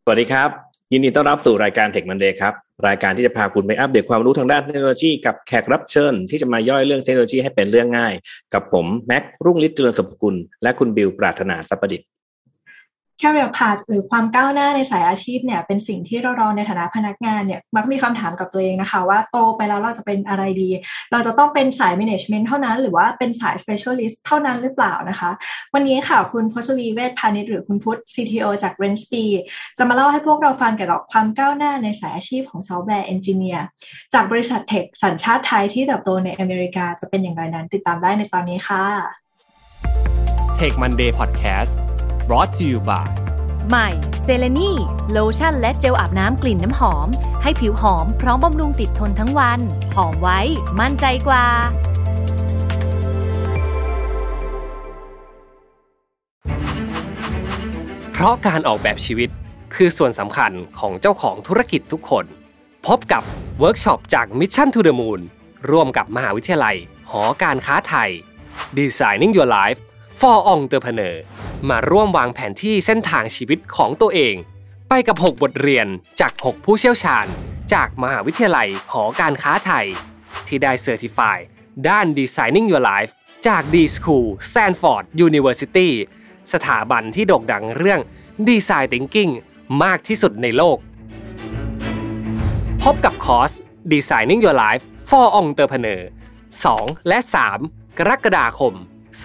สวัสดีครับยินดีต้อนรับสู่รายการ Tech Monday ครับรายการที่จะพาคุณไปอัปเดตความรู้ทางด้านเทคโนโลยีกับแขกรับเชิญที่จะมาย่อยเรื่องเทคโนโลยีให้เป็นเรื่องง่ายกับผมแม็กรุ่งฤทธิ์เจริญสุภกุลและคุณบิวปรารถนาทรัพย์ประดิษฐ์ Career Path หรือความก้าวหน้าในสายอาชีพเนี่ยเป็นสิ่งที่เราในฐานะพนักงานเนี่ยมักมีคำถามกับตัวเองนะคะว่าโตไปแล้วเราจะเป็นอะไรดีเราจะต้องเป็นสาย Management เท่านั้นหรือว่าเป็นสาย Specialist เท่านั้นหรือเปล่านะคะวันนี้ค่ะคุณพศวีเวชพานิชหรือคุณพุทธ CTO จาก Renspe จะมาเล่าให้พวกเราฟังเกี่ยวกับความก้าวหน้าในสายอาชีพของ Software Engineer จากบริษัทเทคสัญชาติไทยที่เติบโตในอเมริกาจะเป็นอย่างไรนั้นติดตามได้ในตอนนี้ค่ะ Tech Monday Podcast brought to you by ใหม่เซเลนีโลชั่นและเจลอาบน้ำกลิ่นน้ำหอมให้ผิวหอมพร้อมบำรุงติดทนทั้งวันหอมไว้มั่นใจกว่าเพราะการออกแบบชีวิตคือส่วนสำคัญของเจ้าของธุรกิจทุกคนพบกับเวิร์กช็อปจาก Mission to the Moon ร่วมกับมหาวิทยาลัยหอการค้าไทย Designing Your Life for Entrepreneur มาร่วมวางแผนที่เส้นทางชีวิตของตัวเองไปกับ6บทเรียนจาก 6 ผู้เชี่ยวชาญจากมหาวิทยาลัยหอการค้าไทยที่ได้เซอร์ติฟายด้าน Designing Your Life จาก D-School Stanford University สถาบันที่โด่งดังเรื่อง Design Thinking มากที่สุดในโลกพบกับคอร์ส Designing Your Life for Entrepreneur 2 และ 3 กรกฎาคม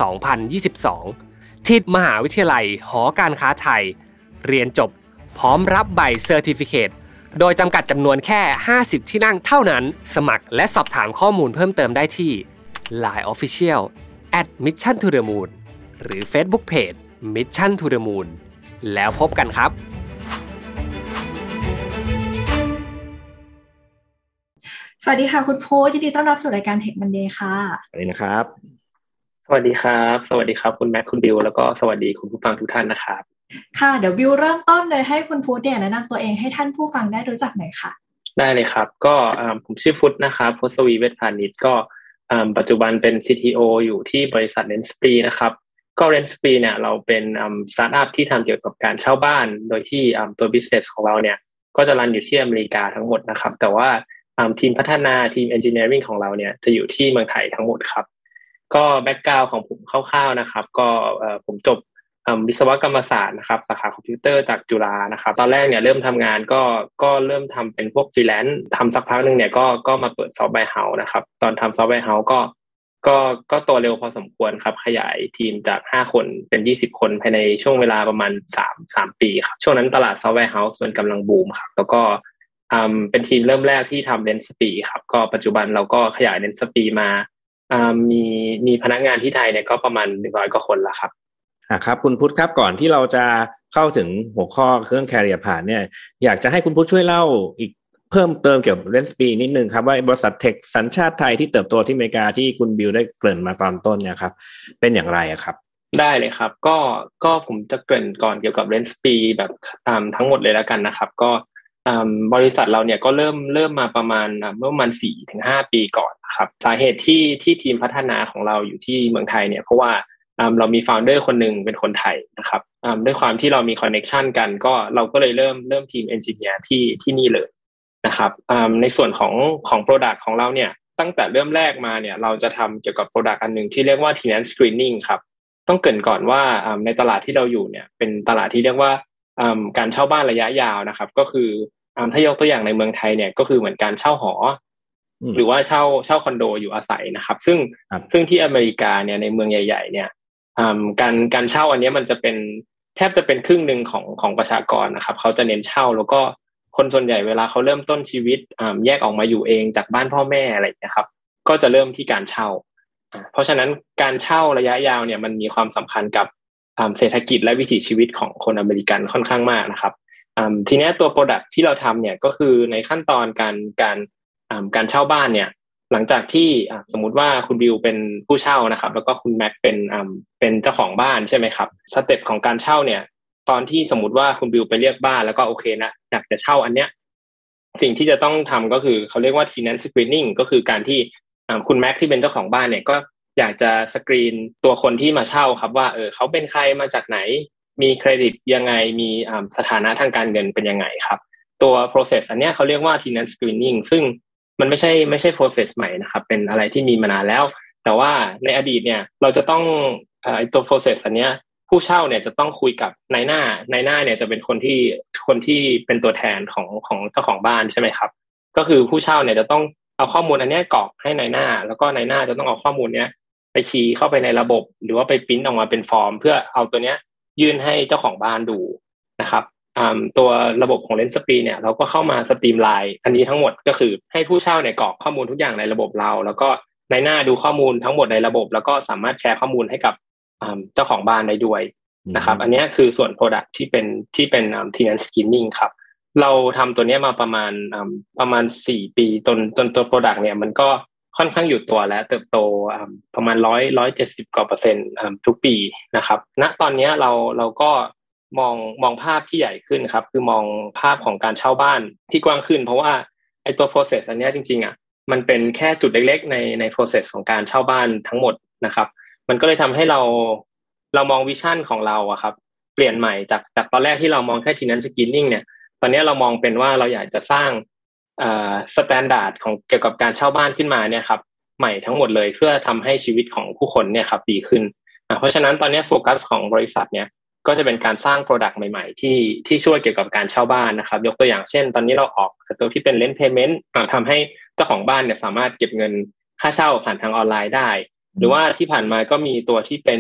2022 ที่มหาวิทยาลัยหอการค้าไทยเรียนจบพร้อมรับใบเซอร์ติฟิเคตโดยจำกัดจำนวนแค่50ที่นั่งเท่านั้นสมัครและสอบถามข้อมูลเพิ่มเติมได้ที่ Line Official @Mission to the Moon หรือ Facebook Page Mission to the Moon แล้วพบกันครับสวัสดีค่ะคุณพุทธยินดีต้อนรับสู่รายการ Tech Monday ค่ะสวัสดีนะครับสวัสดีครับสวัสดีครับคุณแม็กคุณบิวแล้วก็สวัสดีคุณผู้ฟังทุกท่านนะครับค่ะเดี๋ยวบิวเริ่มต้นเลยให้คุณพุทธเนี่ยแนะนำตัวเองให้ท่านผู้ฟังได้รู้จักหน่อยค่ะได้เลยครับก็ผมชื่อพุทธนะครับพศวีเวชพานิชก็ปัจจุบันเป็น CTO อยู่ที่บริษัท Renspe นะครับก็ Renspe เนี่ยเราเป็นสตาร์ทอัพที่ทำเกี่ยวกับการเช่าบ้านโดยที่ตัว business ของเราเนี่ยก็จะรันอยู่ที่อเมริกาทั้งหมดนะครับแต่ว่าทีมพัฒนาทีม engineering ของเราเนี่ยจะอยู่ที่เมืองไทยทั้งหมดครับก็แบ็กกราวด์ของผมคร่าวๆนะครับก็ผมจบวิศวกรรมศาสตร์นะครับสาขาคอมพิวเตอร์จากจุฬานะครับตอนแรกเนี่ยเริ่มทำงานก็เริ่มทำเป็นพวกฟรีแลนซ์ทำสักพักนึงเนี่ยก็มาเปิดซอฟต์แวร์เฮาส์นะครับตอนทำซอฟต์แวร์เฮาส์ก็โตเร็วพอสมควรครับขยายทีมจาก5คนเป็น20คนภายในช่วงเวลาประมาณ3ปีครับช่วงนั้นตลาดซอฟต์แวร์เฮาส์มันกำลังบูมครับแล้วก็เป็นทีมเริ่มแรกที่ทำRenspeครับก็ปัจจุบันเราก็ขยายRenspeมามีพนักงานที่ไทยเนี่ยก็ประมาณ100กว่าคนแล้วครับครับคุณพุทธครับก่อนที่เราจะเข้าถึงหัวข้อเรื่อง Career Path เนี่ยอยากจะให้คุณพุทธช่วยเล่าอีกเพิ่มเติมเกี่ยวกับ Renspe นิดนึงครับว่าบริษัทเทคสัญชาติไทยที่เติบโตที่อเมริกาที่คุณบิวได้เกริ่นมาตอนต้นเนี่ยครับเป็นอย่างไรครับได้เลยครับก็ผมจะเกริ่นก่อนเกี่ยวกับ Renspe แบบทั้งหมดเลยแล้วกันนะครับก็บริษัทเราเนี่ยก็เริ่มมาประมาณเมื่อประมาณ 4-5 ปีก่อนครับสาเหตุที่ทีมพัฒนาของเราอยู่ที่เมืองไทยเนี่ยเพราะว่าเรามีฟาวเดอร์คนหนึ่งเป็นคนไทยนะครับด้วยความที่เรามีคอนเนคชันกันก็เราก็เลยเริ่มทีมเอนจิเนียร์ที่นี่เลยนะครับในส่วนของ product ของเราเนี่ยตั้งแต่เริ่มแรกมาเนี่ยเราจะทำเกี่ยวกับ product อันหนึ่งที่เรียกว่า tenant screening ครับต้องเกริ่นก่อนว่าในตลาดที่เราอยู่เนี่ยเป็นตลาดที่เรียกว่าการเช่าบ้านระยะยาวนะครับก็คือถ้ายกตัวอย่างในเมืองไทยเนี่ยก็คือเหมือนการเช่าหอหรือว่าเช่าคอนโดอยู่อาศัยนะครับซึ่งที่อเมริกาเนี่ยในเมืองใหญ่ๆเนี่ยการเช่าอันนี้มันจะเป็นแทบจะเป็นครึ่งนึงของประชากรนะครับเขาจะเน้นเช่าแล้วก็คนส่วนใหญ่เวลาเขาเริ่มต้นชีวิตแยกออกมาอยู่เองจากบ้านพ่อแม่อะไรอย่างเงี้ยครับก็จะเริ่มที่การเช่าเพราะฉะนั้นการเช่าระยะยาวเนี่ยมันมีความสำคัญกับเศรษฐกิจและวิถีชีวิตของคนอเมริกันค่อนข้างมากนะครับทีนี้ตัว product ที่เราทำเนี่ยก็คือในขั้นตอนการเช่าบ้านเนี่ยหลังจากที่สมมุติว่าคุณบิวเป็นผู้เช่านะครับแล้วก็คุณแม็กเป็นเจ้าของบ้านใช่ไหมครับสเต็ปของการเช่าเนี่ยตอนที่สมมุติว่าคุณบิวไปเรียกบ้านแล้วก็โอเคนะอยากจะเช่าอันเนี้ยสิ่งที่จะต้องทำก็คือเขาเรียกว่า tenant screening ก็คือการที่คุณแม็กที่เป็นเจ้าของบ้านเนี่ยก็อยากจะสกรีนตัวคนที่มาเช่าครับว่าเขาเป็นใครมาจากไหนมีเครดิตยังไงมีสถานะทางการเงินเป็นยังไงครับตัว process อันเนี้ยเขาเรียกว่า tenant screening ซึ่งมันไม่ใช่ process ใหม่นะครับเป็นอะไรที่มีมานานแล้วแต่ว่าในอดีตเนี่ยเราจะต้องตัว process อันเนี้ยผู้เช่าเนี่ยจะต้องคุยกับนายหน้เนี่ยจะเป็นคนที่เป็นตัวแทนของเจ้าของบ้านใช่ไหมครับก็คือผู้เช่าเนี่ยจะต้องเอาข้อมูลอันเนี้ยกรอกให้นายหน้าแล้วก็นายหน้าจะต้องเอาข้อมูลเนี้ยไปคีย์เข้าไปในระบบหรือว่าไปปริ้นออกมาเป็นฟอร์มเพื่อเอาตัวเนี้ยยื่นให้เจ้าของบ้านดูนะครับตัวระบบของ Rentspy เนี่ยเราก็เข้ามาสตรีมไลน์อันนี้ทั้งหมดก็คือให้ผู้เช่าเนี่ยกรอกข้อมูลทุกอย่างในระบบเราแล้วก็นายหน้าดูข้อมูลทั้งหมดในระบบแล้วก็สามารถแชร์ข้อมูลให้กับเจ้าของบ้านได้ด้วยนะครับอันนี้คือส่วน product ที่เป็นtenant screening ครับเราทำตัวนี้มาประมาณ4 ปีจนตัว product เนี่ยมันก็ค่อนข้างอยู่ตัวและเติบโตประมาณ170กว่า%ทุกปีนะครับณตอนนี้เราก็มองภาพที่ใหญ่ขึ้นครับคือมองภาพของการเช่าบ้านที่กว้างขึ้นเพราะว่าไอ้ตัว process อันนี้จริงๆมันเป็นแค่จุดเล็กๆใน process ของการเช่าบ้านทั้งหมดนะครับมันก็เลยทำให้เรามองวิชั่นของเราอะครับเปลี่ยนใหม่จากตอนแรกที่เรามองแค่ tenant screening เนี่ยตอนนี้เรามองเป็นว่าเราอยากจะสร้างสแตนดาร์ดของเกี่ยวกับการเช่าบ้านขึ้นมาเนี่ยครับใหม่ทั้งหมดเลยเพื่อทำให้ชีวิตของผู้คนเนี่ยครับดีขึ้นเพราะฉะนั้นตอนนี้โฟกัสของบริษัทเนี่ยก็จะเป็นการสร้าง product ใหม่ๆที่ช่วยเกี่ยวกับการเช่าบ้านนะครับยกตัวอย่างเช่นตอนนี้เราออกตัวที่เป็น rent payment ทำให้เจ้าของบ้านเนี่ยสามารถเก็บเงินค่าเช่าผ่านทางออนไลน์ได้หรือว่าที่ผ่านมาก็มีตัวที่เป็น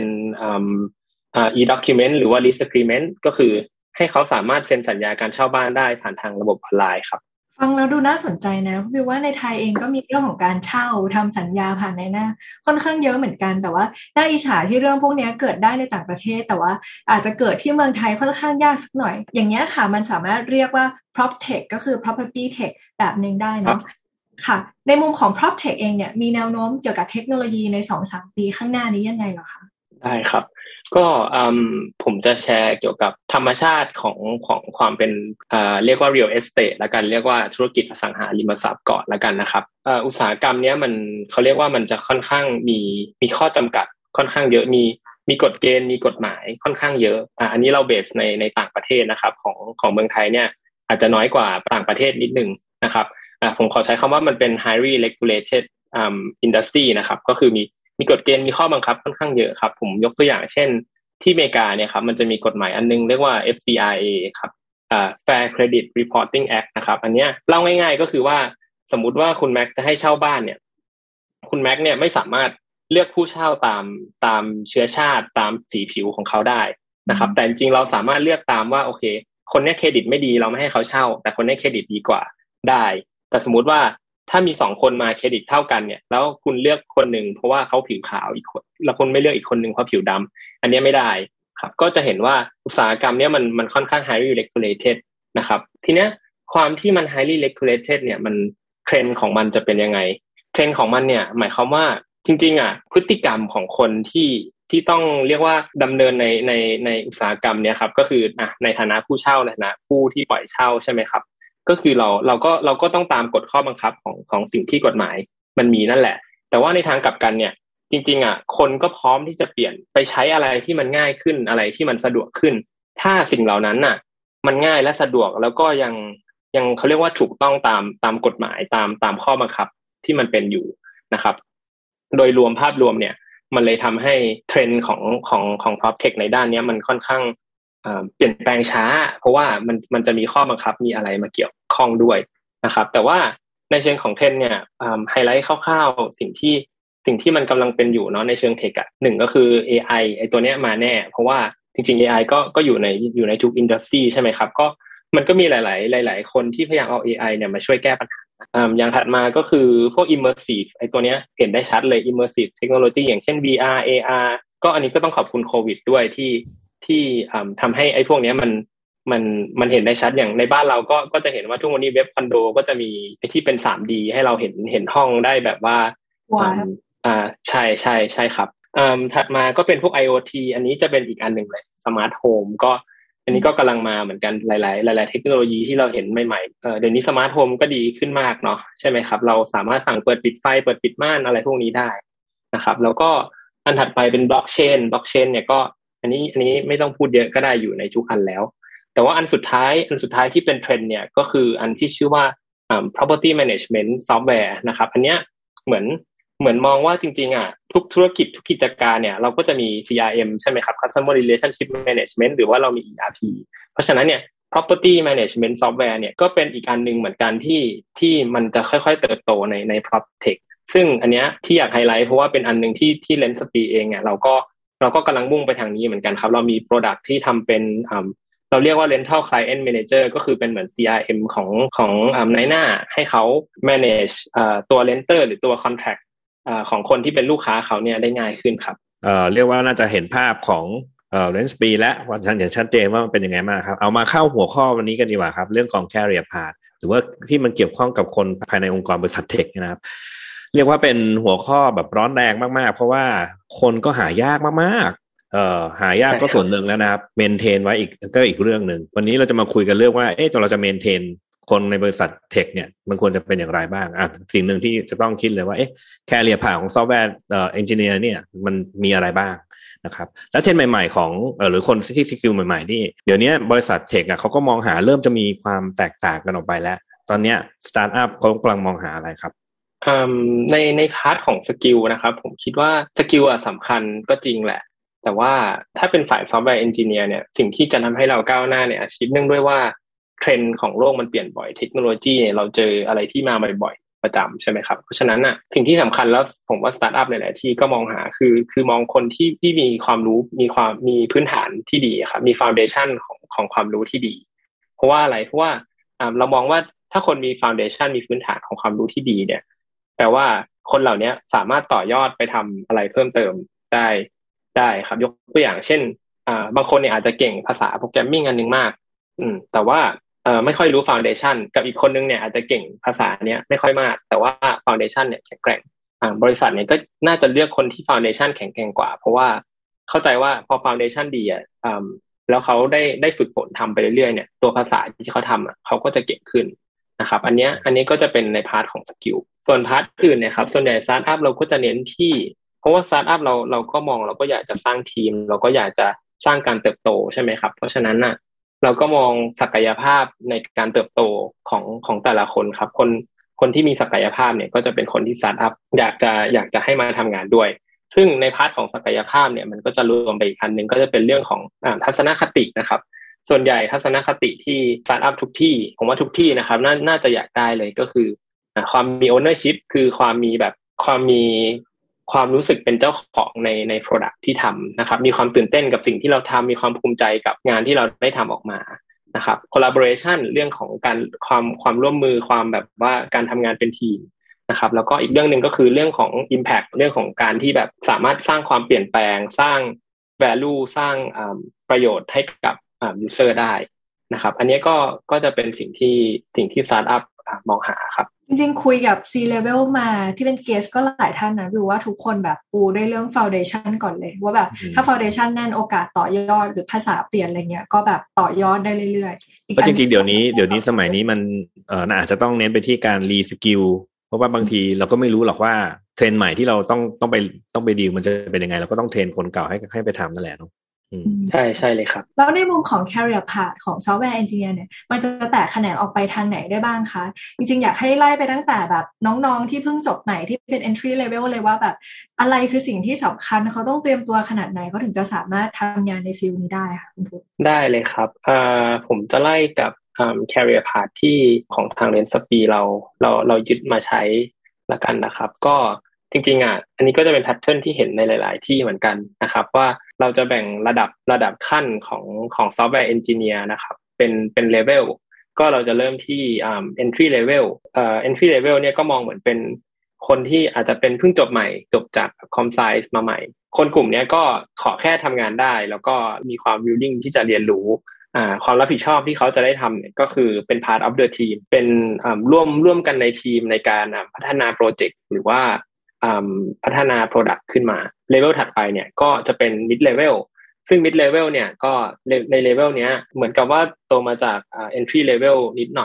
e-document หรือว่า lease agreement ก็คือให้เขาสามารถเซ็นสัญญาการเช่าบ้านได้ผ่านทางระบบออนไลน์ครับฟังแล้วดูน่าสนใจนะพี่ว่าในไทยเองก็มีเรื่องของการเช่าทำสัญญาผ่านในหน้าค่อนข้างเยอะเหมือนกันแต่ว่าน่าอิจฉาที่เรื่องพวกนี้เกิดได้ในต่างประเทศแต่ว่าอาจจะเกิดที่เมืองไทยค่อนข้างยากสักหน่อยอย่างเงี้ยค่ะมันสามารถเรียกว่า PropTech ก็คือ Property Tech แบบนึงได้เนาะค่ะในมุมของ PropTech เองเนี่ยมีแนวโน้มเกี่ยวกับเทคโนโลยีใน 2-3 ปีข้างหน้านี้ยังไงเหรอคะได้ครับก็ผมจะแชร์เกี่ยวกับธรรมชาติของความเป็นเรียกว่า real estate ละกันเรียกว่าธุรกิจอสังหาริมทรัพย์ก่อนละกันนะครับอุตสาหกรรมเนี้ยมันเขาเรียกว่ามันจะค่อนข้างมีข้อจำกัดค่อนข้างเยอะมีกฎเกณฑ์มีกฎหมายค่อนข้างเยอะอันนี้เราเบสในต่างประเทศนะครับของเมืองไทยเนี่ยอาจจะน้อยกว่าต่างประเทศนิดนึงนะครับผมขอใช้คำว่ามันเป็น highly regulated industry นะครับก็คือมีกฎเกณฑ์มีข้อบังคับค่อนข้างเยอะครับผมยกตัวอย่างเช่นที่อเมริกาเนี่ยครับมันจะมีกฎหมายอันนึงเรียกว่า FCRA ครับFair Credit Reporting Act นะครับอันเนี้ยเล่าง่ายๆก็คือว่าสมมุติว่าคุณแม็กจะให้เช่าบ้านเนี่ยคุณแม็กเนี่ยไม่สามารถเลือกผู้เช่าตามเชื้อชาติตามสีผิวของเขาได้นะครับแต่จริงๆเราสามารถเลือกตามว่าโอเคคนนี้เครดิตไม่ดีเราไม่ให้เขาเช่าแต่คนนี้เครดิตดีกว่าได้แต่สมมุติว่าถ้ามี2คนมาเครดิตเท่ากันเนี่ยแล้วคุณเลือกคนหนึ่งเพราะว่าเขาผิวขาวอีกคนแล้วคุณไม่เลือกอีกคนหนึ่งเพราะผิวดำอันนี้ไม่ได้ครับก็จะเห็นว่าอุตสาหกรรมเนี้ยมันค่อนข้าง highly regulated นะครับทีเนี้ยความที่มัน highly regulated เนี่ยมันเทรนด์ของมันจะเป็นยังไงเทรนด์ของมันเนี่ยหมายความว่าจริงๆพฤติกรรมของคนที่ต้องเรียกว่าดำเนินในอุตสาหกรรมเนี้ยครับก็คือในฐานะผู้เช่าในฐานะผู้ที่ปล่อยเช่าใช่ไหมครับก็คือเราก็ต้องตามกฎข้อบังคับของสิ่งที่กฎหมายมันมีนั่นแหละแต่ว่าในทางกลับกันเนี่ยจริงๆคนก็พร้อมที่จะเปลี่ยนไปใช้อะไรที่มันง่ายขึ้นอะไรที่มันสะดวกขึ้นถ้าสิ่งเหล่านั้นน่ะมันง่ายและสะดวกแล้วก็ยังเขาเรียกว่าถูกต้องตามกฎหมายตามข้อบังคับที่มันเป็นอยู่นะครับโดยรวมภาพรวมเนี่ยมันเลยทำให้เทรนด์ของ PropTech ในด้านนี้มันค่อนข้างเปลี่ยนแปลงช้าเพราะว่ามันจะมีข้อบังคับมีอะไรมาเกี่ยวข้องด้วยนะครับแต่ว่าในเชิงของเทรนด์เนี่ยไฮไลท์คร่าวๆสิ่งที่มันกำลังเป็นอยู่เนาะในเชิงเทคหนึ่งก็คือ AI ไอตัวเนี้ยมาแน่เพราะว่าจริงๆ AI ก็อยู่ในทุกอินดัสทรีใช่ไหมครับก็มันก็มีหลายคนที่พยายามเอา AI เนี่ยมาช่วยแก้ปัญหาอย่างถัดมาก็คือพวก immersive ไอตัวเนี้ยเห็นได้ชัดเลย immersive technology อย่างเช่น VR AR ก็อันนี้ก็ต้องขอบคุณโควิดด้วยที่ทำให้ไอ้พวกนี้มันเห็นได้ชัดอย่างในบ้านเราก็จะเห็นว่าทุกวันนี้เว็บคอนโดก็จะมีที่เป็น 3D ให้เราเห็นห้องได้แบบว่าใช่ครับถัดมาก็เป็นพวก IoT อันนี้จะเป็นอีกอันหนึ่งเลยสมาร์ทโฮมก็อันนี้ก็กำลังมาเหมือนกันหลายเทคโนโลยีที่เราเห็นใหม่ๆเดี๋ยวนี้สมาร์ทโฮมก็ดีขึ้นมากเนาะใช่ไหมครับเราสามารถสั่งเปิดปิดไฟเปิดปิดม่านอะไรพวกนี้ได้นะครับแล้วก็อันถัดไปเป็นบล็อกเชนเนี่ยก็อัอันนี้ไม่ต้องพูดเยอะก็ได้อยู่ในทุกอันแล้วแต่ว่าอันสุดท้ายที่เป็นเทรนด์เนี่ยก็คืออันที่ชื่อว่าproperty management software นะครับอันเนี้ยเหมือนมองว่าจริงๆทุกธุรกิจทุกกิจการเนี่ยเราก็จะมี CRM ใช่ไหมครับ customer relationship management หรือว่าเรามี ERP เพราะฉะนั้นเนี่ย property management software เนี่ยก็เป็นอีกอันนึงเหมือนกันที่มันจะค่อยๆเติบโตใน PropTech ซึ่งอันเนี้ยที่อยากไฮไลท์เพราะว่าเป็นอันนึงที่ Lenspeed เองเนี่ยเราก็กำลังมุ่งไปทางนี้เหมือนกันครับเรามี product ที่ทำเป็นเราเรียกว่า rental client manager ก็คือเป็นเหมือน CRM ของนายหน้าให้เขา manage ตัว renter หรือตัว contract ของคนที่เป็นลูกค้าเขาเนี่ยได้ง่ายขึ้นครับเรียกว่าน่าจะเห็นภาพของLenspeed และวันชันอย่างชัดเจนว่ามันเป็นยังไงมากครับเอามาเข้าหัวข้อวันนี้กันดีกว่าครับเรื่องของ career path หรือว่าที่มันเกี่ยวข้องกับคนภายในองค์กรบริษัทเทคนะครับเรียกว่าเป็นหัวข้อแบบร้อนแรงมากๆเพราะว่าคนก็หายากมากๆหายากก็ส่วนหนึ่งแล้วนะครับเมนเทนไว้อีกเรื่องนึงวันนี้เราจะมาคุยกันเรื่องว่าเราจะเมนเทนคนในบริษัทเทคเนี่ยมันควรจะเป็นอย่างไรบ้างสิ่งหนึ่งที่จะต้องคิดเลยว่าcareer path ของซอฟต์แวร์เอนจิเนียร์เนี่ยมันมีอะไรบ้างนะครับแล้วเทรนด์ใหม่ๆของหรือคนที่สกิลใหม่ๆนี่เดี๋ยวนี้บริษัทเทคเขาก็มองหาเริ่มจะมีความแตกต่างกันออกไปแล้วตอนนี้สตาร์ทอัพเขากำลังมองหาอะไรครับในพาร์ทของสกิลนะครับผมคิดว่าสกิลสำคัญก็จริงแหละแต่ว่าถ้าเป็นฝ่ายซอฟต์แวร์เอนจิเนียร์เนี่ยสิ่งที่จะทำให้เราก้าวหน้าในอาชีพเนื่องด้วยว่าเทรนด์ของโลกมันเปลี่ยนบ่อยเทคโนโลยีเราเจออะไรที่มาบ่อยๆประจำใช่ไหมครับเพราะฉะนั้นสิ่งที่สำคัญแล้วผมว่าสตาร์ทอัพหลายๆที่ก็มองหาคือมองคนที่มีความรู้มีพื้นฐานที่ดีครับมีฟาวเดชั่นของความรู้ที่ดีเพราะว่าอะไรเพราะว่าเรามองว่าถ้าคนมีฟาวเดชั่นมีพื้นฐานของความรู้ที่ดีเนี่ยแปลว่าคนเหล่านี้สามารถต่อยอดไปทำอะไรเพิ่มเติมได้ครับยกตัวอย่างเช่นบางคนเนี่ยอาจจะเก่งภาษาโปรแกรมมิ่งอันนึงมากแต่ว่าไม่ค่อยรู้ฟาวเดชั่นกับอีกคนนึงเนี่ยอาจจะเก่งภาษาเนี้ยไม่ค่อยมากแต่ว่าฟาวเดชั่นเนี่ยแข็งแกร่งบริษัทเนี่ยก็น่าจะเลือกคนที่ฟาวเดชั่นแข็งแกร่งกว่าเพราะว่าเข้าใจว่าพอฟาวเดชั่นดีแล้วเขาได้ฝึกฝนทำไปเรื่อยๆเนี่ยตัวภาษาที่เขาทำเขาก็จะเก่งขึ้นนะครับอันนี้ก็จะเป็นในพาร์ทของสกิลส่วนพาร์ทอื่นเนี่ยครับส่วนใหญ่สตาร์ทอัพเราก็จะเน้นที่เพราะว่าสตาร์ทอัพเราก็มองเราก็อยากจะสร้างทีมเราก็อยากจะสร้างการเติบโตใช่ไหมครับเพราะฉะนั้นเราก็มองศักยภาพในการเติบโตของแต่ละคนครับคนที่มีศักยภาพเนี่ยก็จะเป็นคนที่สตาร์ทอัพอยากจะให้มาทำงานด้วยซึ่งในพาร์ทของศักยภาพเนี่ยมันก็จะรวมไปอีกอันนึงก็จะเป็นเรื่องของทัศนคตินะครับส่วนใหญ่ทัศนคติที่สตาร์ทอัพทุกที่ผมว่าทุกที่นะครับน่าจะอยากได้เลยก็คือความมี ownership คือความรู้สึกเป็นเจ้าของใน product ที่ทำนะครับมีความตื่นเต้นกับสิ่งที่เราทำมีความภูมิใจกับงานที่เราได้ทำออกมานะครับ collaboration เรื่องของการความร่วมมือความแบบว่าการทำงานเป็นทีมนะครับแล้วก็อีกเรื่องหนึ่งก็คือเรื่องของ impact เรื่องของการที่แบบสามารถสร้างความเปลี่ยนแปลงสร้าง value สร้างประโยชน์ให้กับuser ได้นะครับอันนี้ก็จะเป็นสิ่งที่ startup มองหาครับจริงๆคุยกับ C-level มาที่เป็น guest ก็หลายท่านนะดูว่าทุกคนแบบปูได้เรื่อง foundation ก่อนเลยว่าแบบถ้า foundation แน่นโอกาสต่อยอดหรือภาษาเปลี่ยนอะไรเงี้ยก็แบบต่อยอดได้เรื่อยๆเพราะจริงๆเดี๋ยวนี้สมัยนี้มันอาจจะต้องเน้นไปที่การ re-skill เพราะว่าบางทีเราก็ไม่รู้หรอกว่าเทรนด์ใหม่ที่เราต้องไปดีลมันจะเป็นยังไงเราก็ต้องเทรนคนเก่าให้ไปทำนั่นแหละเนาะใช่เลยครับแล้วในมุมของ career path ของ software engineer เนี่ยมันจะแตกแขนงออกไปทางไหนได้บ้างคะจริงๆอยากให้ไล่ไปตั้งแต่แบบน้องๆที่เพิ่งจบใหม่ที่เป็น entry level เลยว่าแบบอะไรคือสิ่งที่สำคัญเขาต้องเตรียมตัวขนาดไหนเขาถึงจะสามารถทำงานในฟิลนี้ได้ค่ะคุณพุทธได้เลยครับผมจะไล่กับcareer path ที่ของทาง Lenspeed เรายึดมาใช้ละกันนะครับก็จริงๆอันนี้ก็จะเป็นแพทเทิร์นที่เห็นในหลายๆที่เหมือนกันนะครับว่าเราจะแบ่งระดับขั้นของซอฟต์แวร์เอนจิเนียร์นะครับเป็นเลเวลก็เราจะเริ่มที่entry level entry level เนี่ยก็มองเหมือนเป็นคนที่อาจจะเป็นเพิ่งจบใหม่จบจากคอมไซส์มาใหม่คนกลุ่มนี้ก็ขอแค่ทำงานได้แล้วก็มีความ willing ที่จะเรียนรู้ความรับผิดชอบที่เขาจะได้ทำเนี่ยก็คือเป็น part of the team เป็นร่วมกันในทีมในการพัฒนาโปรเจกต์หรือว่าพัฒนา product ขึ้นมาเลเวลถัดไปเนี่ยก็จะเป็น mid level ซึ่ง mid level เนี่ยก็ในเลเวลเนี้ยเหมือนกับว่าโตมาจากentry level นิดหน่อย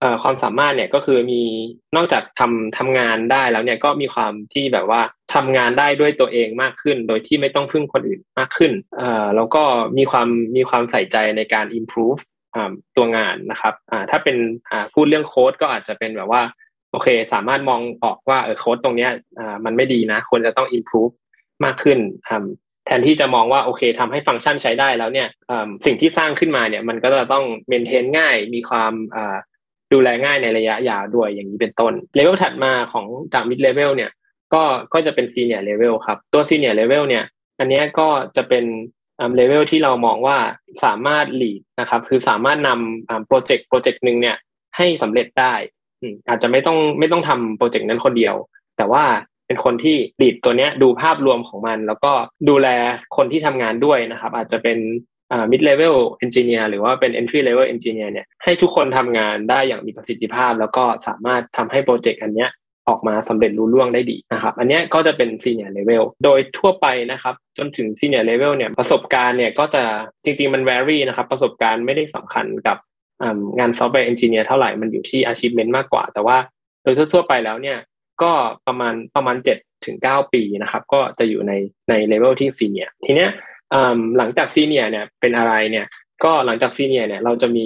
ความสามารถเนี่ยก็คือมีนอกจากทำงานได้แล้วเนี่ยก็มีความที่แบบว่าทำงานได้ด้วยตัวเองมากขึ้นโดยที่ไม่ต้องพึ่งคนอื่นมากขึ้นแล้วก็มีความใส่ใจในการ improve ตัวงานนะครับถ้าเป็นพูดเรื่องโค้ดก็อาจจะเป็นแบบว่าโอเคสามารถมองออกว่าโค้ดตรงเนี้ยมันไม่ดีนะควรจะต้อง improve มากขึ้นแทนที่จะมองว่าโอเคทำให้ฟังก์ชันใช้ได้แล้วเนี่ยสิ่งที่สร้างขึ้นมาเนี่ยมันก็จะต้องเมนเทนง่ายมีความดูแลง่ายในระยะยาวด้วยอย่างนี้เป็นต้นเลเวลถัดมาของจาก mid level เนี่ยก็จะเป็น senior level ครับตัว senior level เนี่ยอันนี้ก็จะเป็นเลเวลที่เรามองว่าสามารถ lead นะครับคือสามารถนำโปรเจกต์นึงเนี่ยให้สำเร็จได้อาจจะไม่ต้องทำโปรเจกต์นั้นคนเดียวแต่ว่าเป็นคนที่ lead ตัวเนี้ยดูภาพรวมของมันแล้วก็ดูแลคนที่ทำงานด้วยนะครับอาจจะเป็นmid level engineer หรือว่าเป็น entry level engineer เนี่ยให้ทุกคนทำงานได้อย่างมีประสิทธิภาพแล้วก็สามารถทำให้โปรเจกต์อันเนี้ยออกมาสำเร็จรุ่ร่วงได้ดีนะครับอันเนี้ยก็จะเป็น senior level โดยทั่วไปนะครับจนถึง senior level เนี่ยประสบการณ์เนี่ยก็จะจริงๆมัน vary นะครับประสบการณ์ไม่ได้สำคัญกับงาน software engineer เท่าไหร่มันอยู่ที่ achievement มากกว่าแต่ว่าโดยทั่วไปแล้วเนี่ยก็ประมาณ7 ถึง 9 ปีนะครับก็จะอยู่ในเลเวลที่ senior ทีเนี้ยหลังจาก senior เนี่ยเป็นอะไรเนี่ยก็หลังจาก senior เนี่ยเราจะมี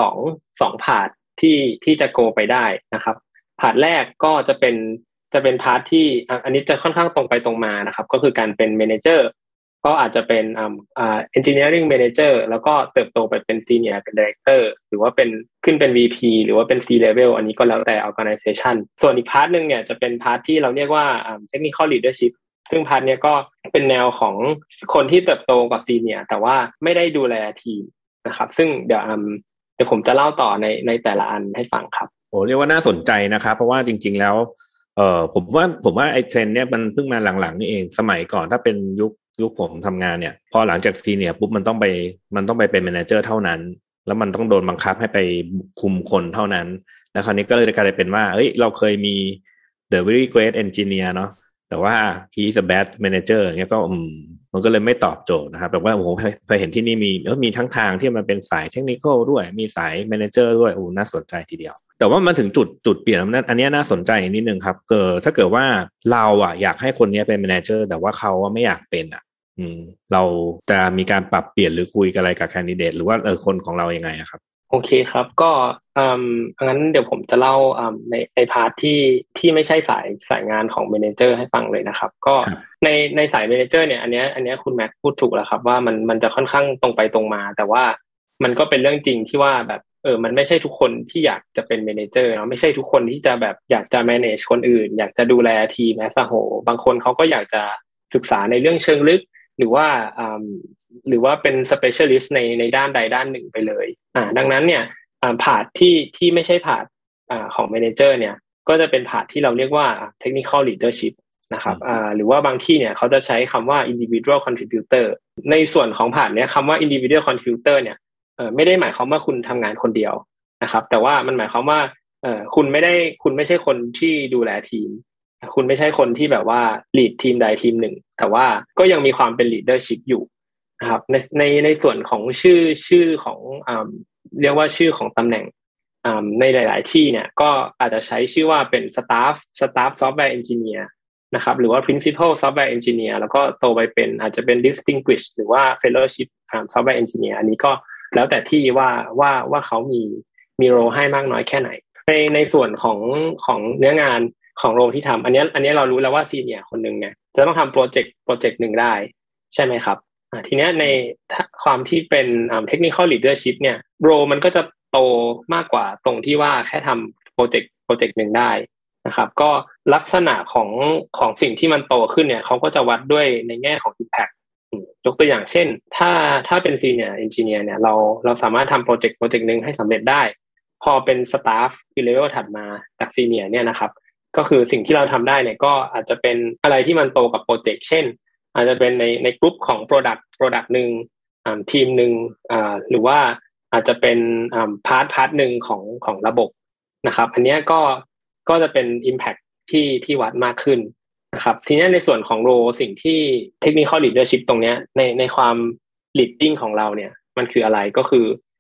2พาร์ทที่จะ go ไปได้นะครับพาร์ทแรกก็จะเป็นพาร์ทที่อันนี้จะค่อนข้างตรงไปตรงมานะครับก็คือการเป็น manager ก็อาจจะเป็นengineering manager แล้วก็เติบโตไปเป็น senior เป็น director หรือว่าเป็นขึ้นเป็น VP หรือว่าเป็น C level อันนี้ก็แล้วแต่ organization ส่วนอีกพาร์ทนึงเนี่ยจะเป็นพาร์ทที่เราเรียกว่าtechnical leadership ซึ่งพาร์ทเนี้ยก็เป็นแนวของคนที่เติบโตกว่า senior แต่ว่าไม่ได้ดูแลทีมนะครับซึ่งเดี๋ยวผมจะเล่าต่อในแต่ละอันให้ฟังครับโอ้เรียกว่าน่าสนใจนะครับเพราะว่าจริงๆแล้วผมว่าไอ้เทรนด์เนี้ยมันเพิ่งมาหลังๆนี่เองสมัยก่อนถ้าเป็นยุคผมทำงานเนี่ยพอหลังจากซีเนียร์ปุ๊บมันต้องไปเป็นแมเนเจอร์เท่านั้นแล้วมันต้องโดนบังคับให้ไปคุมคนเท่านั้นแล้วคราวนี้ก็เลยกลายเป็นว่าเราเคยมี the very great engineer เนาะแต่ว่า he is a bad manager อย่างเงี้ยก็มันก็เลยไม่ตอบโจทย์นะครับแต่ว่าโอ้โหเคยเห็นที่นี่มีทั้งทางที่มันเป็นสายเทคนิคอลด้วยมีสายแมเนเจอร์ด้วยโอ้น่าสนใจทีเดียวแต่ว่ามันถึงจุดเปลี่ยนอันนี้น่าสนใจนิดนึงครับถ้าเกิดว่าเราอยากให้คนนี้เป็นแมเนเจอร์แต่ว่าเขาไม่อยากเป็นเราจะมีการปรับเปลี่ยนหรือคุยกันอะไรกับแคนดิเดตหรือว่าคนของเรายังไงครับโอเคครับก็งั้นเดี๋ยวผมจะเล่าในพาร์ทที่ไม่ใช่สายงานของเมเนเจอร์ให้ฟังเลยนะครับก็ในสายเมเนเจอร์เนี่ยอันนี้คุณแม็กพูดถูกแล้วครับว่ามันจะค่อนข้างตรงไปตรงมาแต่ว่ามันก็เป็นเรื่องจริงที่ว่าแบบมันไม่ใช่ทุกคนที่อยากจะเป็นเมเนเจอร์เนาะไม่ใช่ทุกคนที่จะแบบอยากจะ manage คนอื่นอยากจะดูแลทีมas a wholeบางคนเขาก็อยากจะศึกษาในเรื่องเชิงลึกหรือว่าเป็น specialist ในด้านใดด้านหนึ่งไปเลยดังนั้นเนี่ยพาร์ทที่ไม่ใช่พาร์ทของ manager เนี่ยก็จะเป็นพาร์ทที่เราเรียกว่า technical leadership นะครับหรือว่าบางที่เนี่ยเขาจะใช้คำว่า individual contributor ในส่วนของพาร์ทเนี้ยคำว่า individual contributor เนี่ยไม่ได้หมายความว่าคุณทำงานคนเดียวนะครับแต่ว่ามันหมายความว่าคุณไม่ใช่คนที่ดูแลทีมคุณไม่ใช่คนที่แบบว่า lead ทีมใดทีมหนึ่งแต่ว่าก็ยังมีความเป็น leadership อยู่นะครับในส่วนของชื่อของเรียกว่าชื่อของตำแหน่งในหลายๆที่เนี่ยก็อาจจะใช้ชื่อว่าเป็น staff software engineer นะครับหรือว่า principal software engineer แล้วก็โตไปเป็นอาจจะเป็น distinguished หรือว่า fellowship software engineer อันนี้ก็แล้วแต่ที่ว่าเขามีโรให้มากน้อยแค่ไหนในส่วนของเนื้องานของโรที่ทำอันนี้เรารู้แล้วว่าซีเนียร์คนหนึ่งเนี่ยจะต้องทำโปรเจกต์หนึ่งได้ใช่ไหมครับทีนี้ในความที่เป็นtechnical leadership เนี่ยโรมันก็จะโตมากกว่าตรงที่ว่าแค่ทำโปรเจกต์หนึ่งได้นะครับก็ลักษณะของสิ่งที่มันโตขึ้นเนี่ยเขาก็จะวัดด้วยในแง่ของ impact ยกตัวอย่างเช่นถ้าเป็น senior engineer เนี่ยเราสามารถทำโปรเจกต์หนึ่งให้สำเร็จได้พอเป็น staff คือ level ถัดมาจาก senior เนี่ยนะครับก็คือสิ่งที่เราทำได้เนี่ยก็อาจจะเป็นอะไรที่มันโตกับโปรเจกต์เช่นอาจจะเป็นในกลุ่มของ product นึงทีมนึงหรือว่าอาจจะเป็นพาร์ทนึงของระบบนะครับอันนี้ก็จะเป็น impact ที่วัดมากขึ้นนะครับทีนี้ในส่วนของโรสิ่งที่ technical leadership ตรงเนี้ยในความ leading ของเราเนี่ยมันคืออะไรก็คือ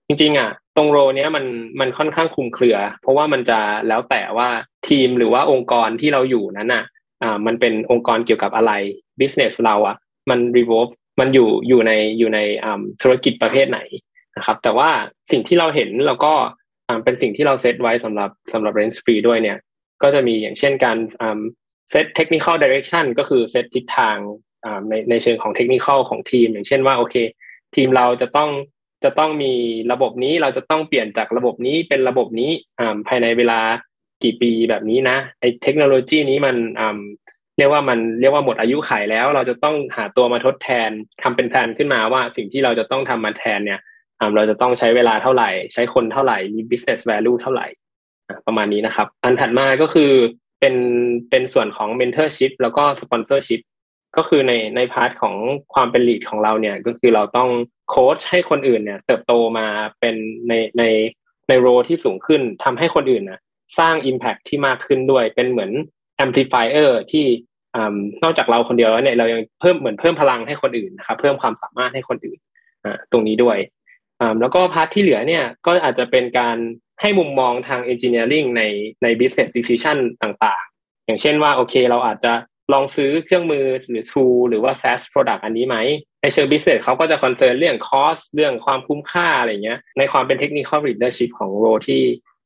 จริงๆตรงโรเนี้ยมันค่อนข้างคลุมเครือเพราะว่ามันจะแล้วแต่ว่าทีมหรือว่าองค์กรที่เราอยู่นั้นมันเป็นองค์กรเกี่ยวกับอะไร business เรามัน revolve มันอยู่ในธุรกิจประเภทไหนนะครับแต่ว่าสิ่งที่เราเห็นแล้วก็เป็นสิ่งที่เราเซตไว้สำหรับ Range Spree ด้วยเนี่ยก็จะมีอย่างเช่นการเซต technical direction ก็คือเซตทิศทางในเชิงของ technical ของทีมอย่างเช่นว่าโอเคทีมเราจะต้องมีระบบนี้เราจะต้องเปลี่ยนจากระบบนี้เป็นระบบนี้ภายในเวลากี่ปีแบบนี้นะไอ้เทคโนโลยีนี้มันเรียกว่าหมดอายุขัยแล้วเราจะต้องหาตัวมาทดแทนทำเป็นแผนขึ้นมาว่าสิ่งที่เราจะต้องทำมาแทนเนี่ยเราจะต้องใช้เวลาเท่าไหร่ใช้คนเท่าไหร่มี business value เท่าไหร่ประมาณนี้นะครับอันถัดมาก็คือเป็นส่วนของ mentorship แล้วก็ sponsorship ก็คือในพาร์ทของความเป็น lead ของเราเนี่ยก็คือเราต้องโค้ชให้คนอื่นเนี่ยเติบโตมาเป็นในโรที่สูงขึ้นทำให้คนอื่นสร้าง impact ที่มากขึ้นด้วยเป็นเหมือน amplifier ที่นอกจากเราคนเดียวแล้วเนี่ยเรายังเพิ่มพลังให้คนอื่นนะครับเพิ่มความสามารถให้คนอื่นตรงนี้ด้วยแล้วก็พาร์ทที่เหลือเนี่ยก็อาจจะเป็นการให้มุมมองทาง engineering ใน business decision ต่างๆอย่างเช่นว่าโอเคเราอาจจะลองซื้อเครื่องมือหรือ tool หรือว่า SaaS product อันนี้ไหมในเชิง business เขาก็จะ concern เรื่อง cost เรื่องความคุ้มค่าอะไรเงี้ยในความเป็น technical leadership ของ role ที่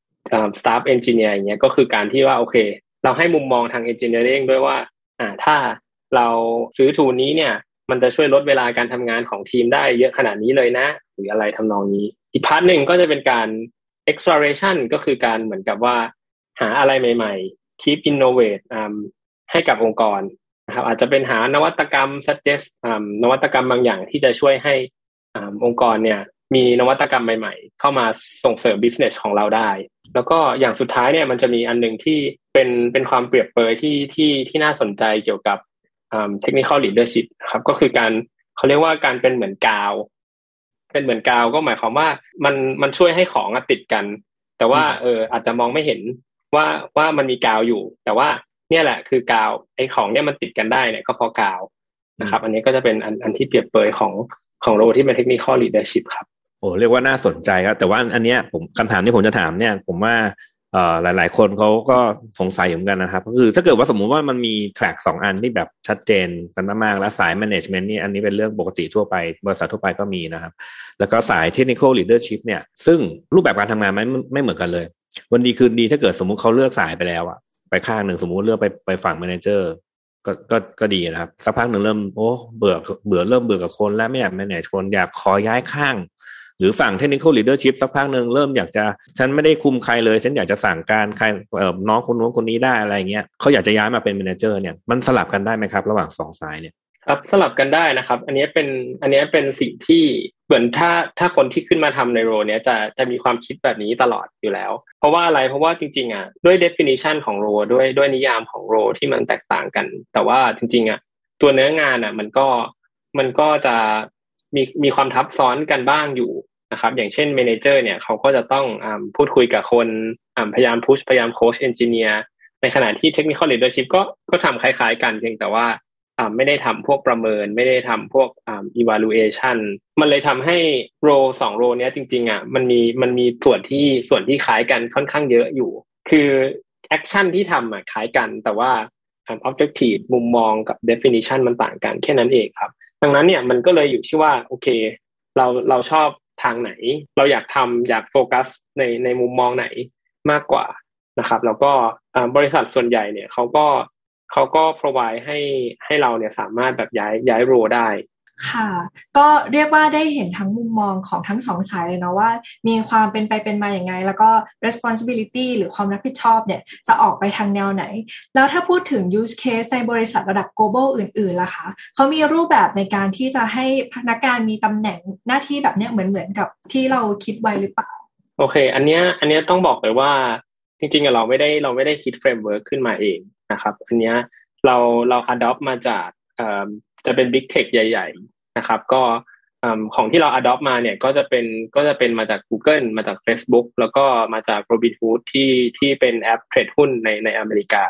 staff engineer อย่างเงี้ยก็คือการที่ว่าโอเคเราให้มุมมองทาง engineering ด้วยว่าถ้าเราซื้อ tool นี้เนี่ยมันจะช่วยลดเวลาการทำงานของทีมได้เยอะขนาดนี้เลยนะหรืออะไรทำนองนี้อีกพาร์ทหนึ่งก็จะเป็นการ exploration ก็คือการเหมือนกับว่าหาอะไรใหม่ๆ keep innovate ให้กับองค์กรนะครับอาจจะเป็นหานวัตกรรม suggest นวัตกรรมบางอย่างที่จะช่วยให้องค์กรเนี่ยมีนวัตกรรมใหม่ๆเข้ามาส่งเสริม business ของเราได้แล้วก็อย่างสุดท้ายเนี่ยมันจะมีอันนึงที่เป็นความเปรียบเปรยที่น่าสนใจเกี่ยวกับtechnical leadership นะครับก็คือการเขาเรียกว่าการเป็นเหมือนกาวเป็นเหมือนกาวก็หมายความว่ามันช่วยให้ของติดกันแต่ว่าอาจจะมองไม่เห็นว่ามันมีกาวอยู่แต่ว่าเนี่ยแหละคือกาวไอ้ของเนี่ยมันติดกันได้เนี่ยก็เพราะกาวนะครับอันนี้ก็จะเป็นอันที่เปรียบเปรยของโรที่เป็น technical leadership ครับโอ้เรียกว่าน่าสนใจครับแต่ว่าอันเนี้ยคำถามที่ผมจะถามเนี่ยผมว่าหลายๆคนเขาก็สงสัยเหมือนกันนะครับก็คือถ้าเกิดว่าสมมุติว่ามันมีแทร็ก2อันที่แบบชัดเจนกันมากๆและสาย management นี่อันนี้เป็นเรื่องปกติทั่วไปบริษัททั่วไปก็มีนะครับแล้วก็สาย technical leadership เนี่ยซึ่งรูปแบบการทำงานไม่เหมือนกันเลยวันดีคืนดีถ้าเกิดสมมุติเขาเลือกสายไปแล้วไปข้างหนึ่งสมมุติเลือกไปฝั่ง manager ก็ดีนะครับสักพักหนึ่งเริ่มเบื่อกับคนแล้วไม่อยาก manage คนอยากขอย้ายข้างหรือฝั่ง technical leadership สักพักหนึ่งเริ่มอยากจะฉันไม่ได้คุมใครเลยฉันอยากจะสั่งการใครน้องคนนู้นคนนี้ได้อะไรเงี้ยเขาอยากจะย้ายมาเป็น manager เนี่ยมันสลับกันได้ไหมครับระหว่าง2สายเนี่ยครับสลับกันได้นะครับอันนี้เป็นสิ่งที่เหมือนถ้าคนที่ขึ้นมาทำในโรเนี้ยจะมีความคิดแบบนี้ตลอดอยู่แล้วเพราะว่าอะไรเพราะว่าจริงๆด้วย definition ของโรด้วยนิยามของโรที่มันแตกต่างกันแต่ว่าจริงๆตัวเนื้องานมันก็จะมีความทับซ้อนกันบ้างอยู่นะครับอย่างเช่น manager เนี่ยเขาก็จะต้องพูดคุยกับคนพยายามพุชพยายามโค้ชเอนจิเนียร์ในขณะที่ technical leadership ก็ทำคล้ายๆกันเพียงแต่ว่าไม่ได้ทำพวกประเมินไม่ได้ทำพวกevaluation มันเลยทำให้โร2โรเนี้ยจริงๆมันมีส่วนที่คล้ายกันค่อนข้างเยอะอยู่คือ action ที่ทำคล้ายกันแต่ว่าobjective มุมมองกับ definition มันต่างกันแค่นั้นเองครับดังนั้นเนี่ยมันก็เลยอยู่ที่ว่าโอเคเราชอบทางไหนเราอยากโฟกัสในมุมมองไหนมากกว่านะครับแล้วก็บริษัทส่วนใหญ่เนี่ยเขาก็ provide ให้เราเนี่ยสามารถแบบย้ายโรได้ค่ะก็เรียกว่าได้เห็นทั้งมุมมองของทั้งสองสายเลยเนาะว่ามีความเป็นไปเป็นมาอย่างไงแล้วก็ responsibility หรือความรับผิดชอบเนี่ยจะออกไปทางแนวไหนแล้วถ้าพูดถึง use case ในบริษัทระดับ global อื่นๆล่ะคะเขามีรูปแบบในการที่จะให้พนักงานมีตำแหน่งหน้าที่แบบเนี้ยเหมือนกับที่เราคิดไว้หรือเปล่าโอเคอันเนี้ยต้องบอกเลยว่าจริงๆเราไม่ได้คิด framework ขึ้นมาเองนะครับอันเนี้ยเรา adopt มาจากจะเป็น big tech ใหญ่ๆนะครับก็ของที่เรา adopt มาเนี่ยก็จะเป็นมาจาก Google มาจาก Facebook แล้วก็มาจาก Robinhood ที่เป็นแอปเทรดหุ้นในอเมริกา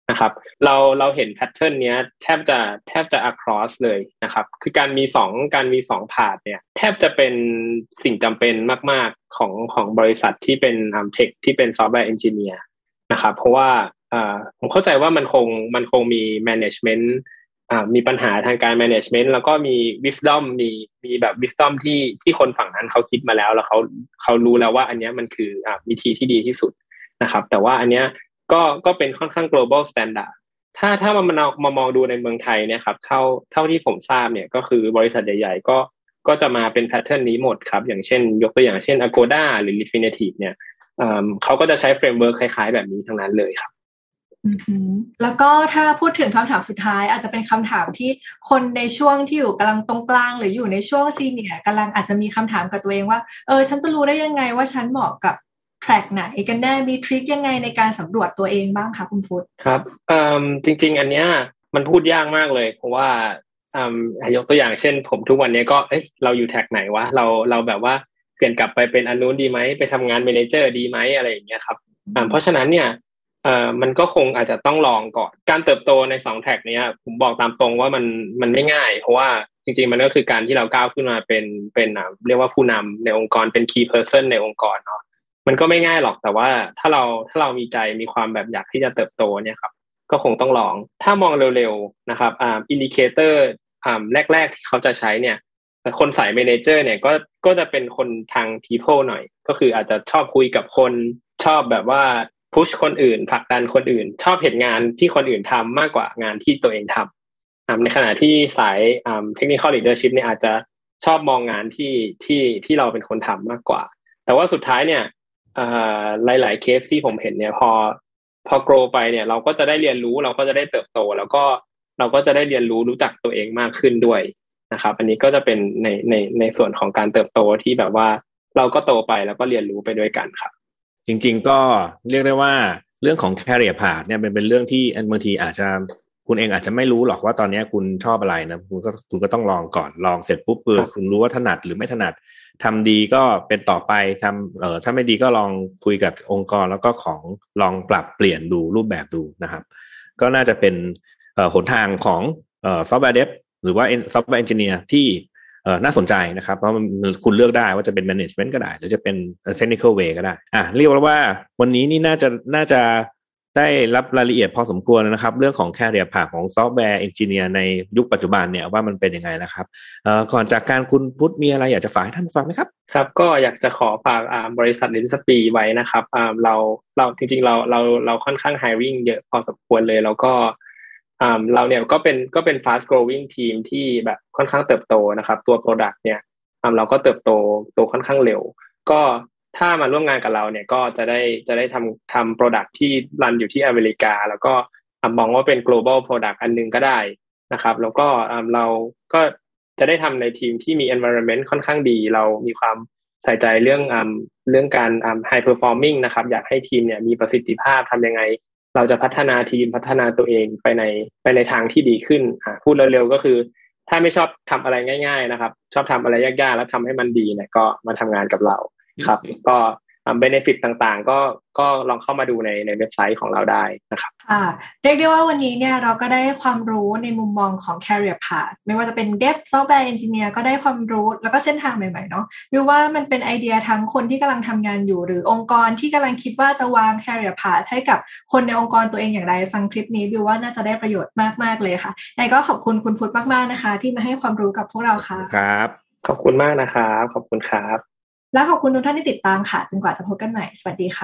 นะครับเราเห็นแพทเทิร์นเนี้ยแทบจะ across เลยนะครับคือการมี2พาร์ทเนี่ยแทบจะเป็นสิ่งจำเป็นมากๆของบริษัทที่เป็นเทคที่เป็นซอฟต์แวร์เอนจิเนียร์นะครับเพราะว่าผมเข้าใจว่ามันคงมี management มีปัญหาทางการ management แล้วก็มี wisdom มีแบบ wisdom ที่คนฝั่งนั้นเขาคิดมาแล้วเขารู้แล้วว่าอันเนี้ยมันคือวิธีที่ดีที่สุดนะครับแต่ว่าอันเนี้ยก็เป็นค่อนข้าง global standard ถ้ามามองดูในเมืองไทยเนี่ยครับเท่าที่ผมทราบเนี่ยก็คือบริษัทใหญ่ๆก็จะมาเป็นแพทเทิร์นนี้หมดครับอย่างเช่นยกตัวอย่างเช่น Agoda หรือ Refinitiv เนี่ยเขาก็จะใช้เฟรมเวิร์คคล้ายๆแบบนี้ทั้งนั้นเลยครับแล้วก็ถ้าพูดถึงคำถามสุดท้ายอาจจะเป็นคำถามที่คนในช่วงที่อยู่กำลังตรงกลางหรืออยู่ในช่วงซีเนียร์กำลังอาจจะมีคำถามกับตัวเองว่าฉันจะรู้ได้ยังไงว่าฉันเหมาะกับแทร็กไหนกันแน่มีทริคยังไงในการสำรวจตัวเองบ้างคะคุณพุทธครับจริงๆอันเนี้ยมันพูดยากมากเลยเพราะว่ายกตัวอย่างเช่นผมทุกวันนี้ก็เราอยู่แทร็กไหนวะเราแบบว่าเปลี่ยนกลับไปเป็นอันนู้นดีไหมไปทำงานเมเนเจอร์ดีไหมอะไรอย่างเงี้ยครับเพราะฉะนั้นเนี่ยมันก็คงอาจจะต้องลองก่อนการเติบโตใน2แท็กนี้ผมบอกตามตรงว่ามันไม่ง่ายเพราะว่าจริงๆมันก็คือการที่เราก้าวขึ้นมาเป็นเรียกว่าผู้นำในองค์กรเป็น key person ในองค์กรเนาะมันก็ไม่ง่ายหรอกแต่ว่าถ้าเรามีใจมีความแบบอยากที่จะเติบโตเนี่ยครับก็คงต้องลองถ้ามองเร็วๆนะครับอินดิเคเตอร์แรกๆที่เขาจะใช้เนี่ยคนสายเมเนเจอร์เนี่ยก็จะเป็นคนทาง people หน่อยก็คืออาจจะชอบคุยกับคนชอบแบบว่าพุชคนอื่นผลักดันคนอื่นชอบเห็นงานที่คนอื่นทำมากกว่างานที่ตัวเองทำในขณะที่สายtechnical leadership เนี่ยอาจจะชอบมองงานที่เราเป็นคนทำมากกว่าแต่ว่าสุดท้ายเนี่ยหลายๆเคสที่ผมเห็นเนี่ยพอ grow ไปเนี่ยเราก็จะได้เรียนรู้เราก็จะได้เติบโตแล้วก็เราก็จะได้เรียนรู้จักตัวเองมากขึ้นด้วยนะครับอันนี้ก็จะเป็นในส่วนของการเติบโตที่แบบว่าเราก็โตไปแล้วก็เรียนรู้ไปด้วยกันครับจริงๆก็เรียกได้ว่าเรื่องของ career path เนี่ยเป็นเรื่องที่บางทีอาจจะคุณเองอาจจะไม่รู้หรอกว่าตอนนี้คุณชอบอะไรนะคุณก็ต้องลองก่อนลองเสร็จปุ๊บคุณรู้ว่าถนัดหรือไม่ถนัดทำดีก็เป็นต่อไปถ้าไม่ดีก็ลองคุยกับองค์กรแล้วก็ลองปรับเปลี่ยนดูรูปแบบดูนะครับก็น่าจะเป็นหนทางของsoftware dev หรือว่า software engineer ที่น่าสนใจนะครับเพราะคุณเลือกได้ว่าจะเป็น management ก็ได้หรือจะเป็น technical way ก็ได้เรียกว่าวันนี้นี่น่าจะได้รับรายละเอียดพอสมควรนะครับเรื่องของ career path ของ software engineer ในยุคปัจจุบันเนี่ยว่ามันเป็นยังไงนะครับก่อนจากการคุณพุทธมีอะไรอยากจะฝากให้ท่านฟังไหมครับครับก็อยากจะขอฝากบริษัทลินสปีไว้นะครับเราจริงๆเราค่อนข้าง hiring เยอะพอสมควรเลยแล้วก็เราเนี่ยก็เป็น fast growing team ที่แบบค่อนข้างเติบโตนะครับตัว product เนี่ยเราก็เติบโตค่อนข้างเร็วก็ถ้ามาร่วมงานกับเราเนี่ยก็จะได้ทำ product ที่รันอยู่ที่อเมริกาแล้วก็มองว่าเป็น global product อันนึงก็ได้นะครับแล้วก็เราก็จะได้ทำในทีมที่มี environment ค่อนข้างดีเรามีความใส่ใจเรื่องการ high performing นะครับอยากให้ทีมเนี่ยมีประสิทธิภาพทำยังไงเราจะพัฒนาทีมพัฒนาตัวเองไปในทางที่ดีขึ้นพูดเร็วๆก็คือถ้าไม่ชอบทำอะไรง่ายๆนะครับชอบทำอะไรยากๆแล้วทำให้มันดีเนี่ยก็มาทำงานกับเราครับก็benefit ต่างๆก็ลองเข้ามาดูในเว็บไซต์ของเราได้นะครับเรียกได้ว่าวันนี้เนี่ยเราก็ได้ความรู้ในมุมมองของ career path ไม่ว่าจะเป็น dev software engineer ก็ได้ความรู้แล้วก็เส้นทางใหม่ๆเนาะวิวว่ามันเป็นไอเดียทั้งคนที่กำลังทำงานอยู่หรือองค์กรที่กำลังคิดว่าจะวาง career path ให้กับคนในองค์กรตัวเองอย่างไรฟังคลิปนี้วิวว่าน่าจะได้ประโยชน์มากๆเลยค่ะยังไงก็ขอบคุณคุณพุทธมากๆนะคะที่มาให้ความรู้กับพวกเราค่ะครับขอบคุณมากนะครับขอบคุณครับและขอบคุณทุกท่านที่ติดตามค่ะจนกว่าจะพบกันใหม่สวัสดีค่ะ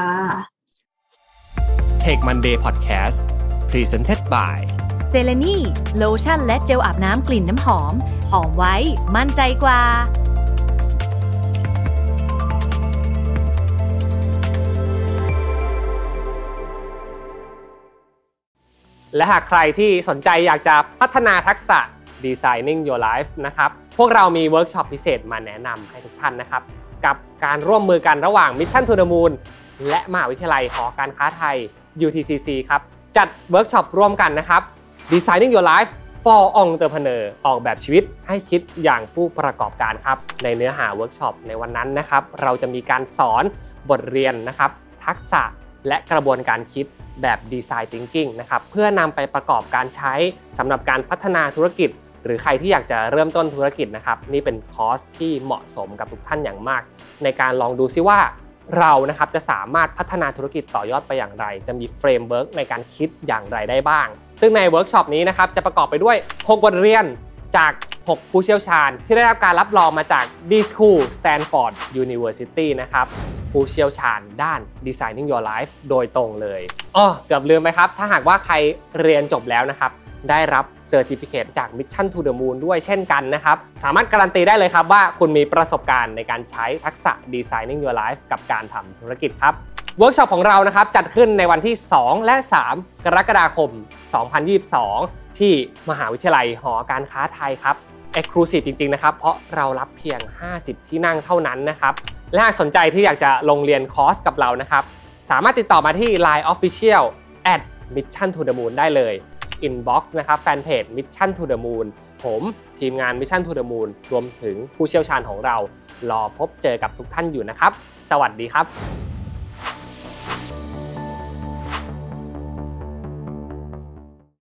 Take Monday Podcast Presented by เซเลนีโลชั่นและเจลอาบน้ำกลิ่นน้ำหอมหอมไว้มั่นใจกว่าและหากใครที่สนใจอยากจะพัฒนาทักษะ Designing Your Life นะครับพวกเรามีเวิร์กช็อปพิเศษมาแนะนำให้ทุกท่านนะครับกับการร่วมมือกันระหว่าง Mission to the Moon และมหาวิทยาลัยหอการค้าไทย UTCC ครับจัดเวิร์กช็อปร่วมกันนะครับ Designing Your Life for Entrepreneur ออกแบบชีวิตให้คิดอย่างผู้ประกอบการครับในเนื้อหาเวิร์กช็อปในวันนั้นนะครับเราจะมีการสอนบทเรียนนะครับทักษะและกระบวนการคิดแบบ Design Thinking นะครับเพื่อนำไปประกอบการใช้สำหรับการพัฒนาธุรกิจหรือใครที่อยากจะเริ่มต้นธุรกิจนะครับนี่เป็นคอร์สที่เหมาะสมกับทุกท่านอย่างมากในการลองดูซิว่าเรานะครับจะสามารถพัฒนาธุรกิจต่อยอดไปอย่างไรจะมีเฟรมเวิร์กในการคิดอย่างไรได้บ้างซึ่งในเวิร์กช็อปนี้นะครับจะประกอบไปด้วย6บทเรียนจาก6ผู้เชี่ยวชาญที่ได้รับการรับรองมาจาก D-School Stanford University นะครับผู้เชี่ยวชาญด้าน Designing Your Life โดยตรงเลยเกือบลืมไปครับถ้าหากว่าใครเรียนจบแล้วนะครับได้รับเซอร์ติฟิเคตจาก Mission to the Moon ด้วยเช่นกันนะครับสามารถการันตีได้เลยครับว่าคุณมีประสบการณ์ในการใช้ทักษะ Designing Your Life กับการทำธุรกิจครับเวิร์กช็อปของเรานะครับจัดขึ้นในวันที่2และ3กรกฎาคม2022ที่มหาวิทยาลัยหอการค้าไทยครับ Exclusive จริงๆนะครับเพราะเรารับเพียง50ที่นั่งเท่านั้นนะครับและหากสนใจที่อยากจะลงเรียนคอร์สกับเรานะครับสามารถติดต่อมาที่ Line Official @Mission to the Moon ได้เลยinbox นะครับแฟนเพจ Mission to the Moon ผมทีมงาน Mission to the Moon รวมถึงผู้เชี่ยวชาญของเรารอพบเจอกับทุกท่านอยู่นะครับสวัสดีครับ